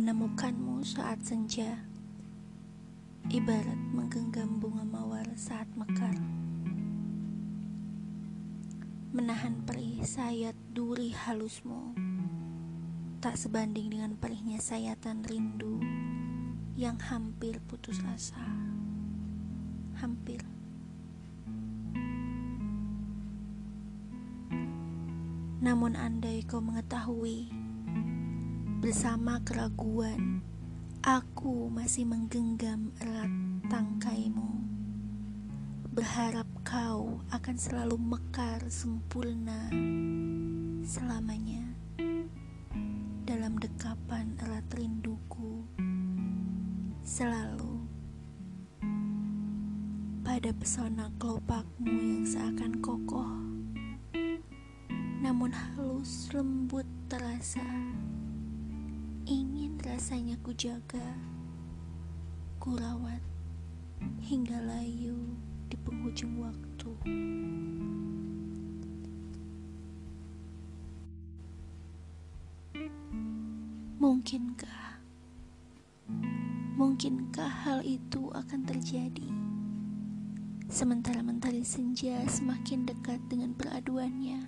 Menemukanmu saat senja, ibarat menggenggam bunga mawar saat mekar. Menahan perih sayat duri halusmu, tak sebanding dengan perihnya sayatan rindu yang hampir putus asa. Hampir. Namun andai kau mengetahui, bersama keraguan, aku masih menggenggam erat tangkaimu, berharap kau akan selalu mekar sempurna selamanya dalam dekapan erat rinduku, selalu pada pesona kelopakmu yang seakan kokoh, namun halus lembut terasa. Ingin rasanya ku jaga, ku rawat hingga layu di penghujung waktu. Mungkinkah hal itu akan terjadi sementara mentari senja semakin dekat dengan peraduannya?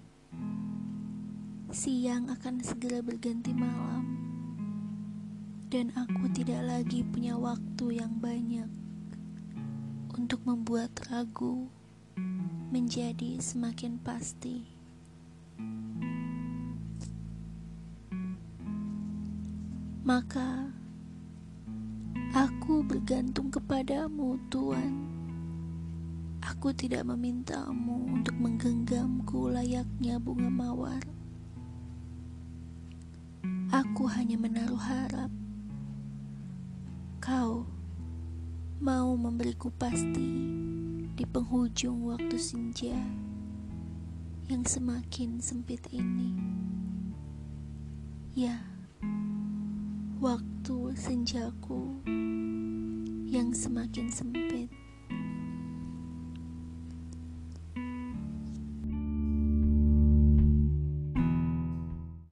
Siang akan segera berganti malam, dan aku tidak lagi punya waktu yang banyak untuk membuat ragu menjadi semakin pasti. Maka aku bergantung kepadamu, Tuan. Aku tidak memintamu untuk menggenggamku layaknya bunga mawar. Aku hanya menaruh harap kau mau memberiku pasti di penghujung waktu senja yang semakin sempit ini. Ya, waktu senjaku yang semakin sempit.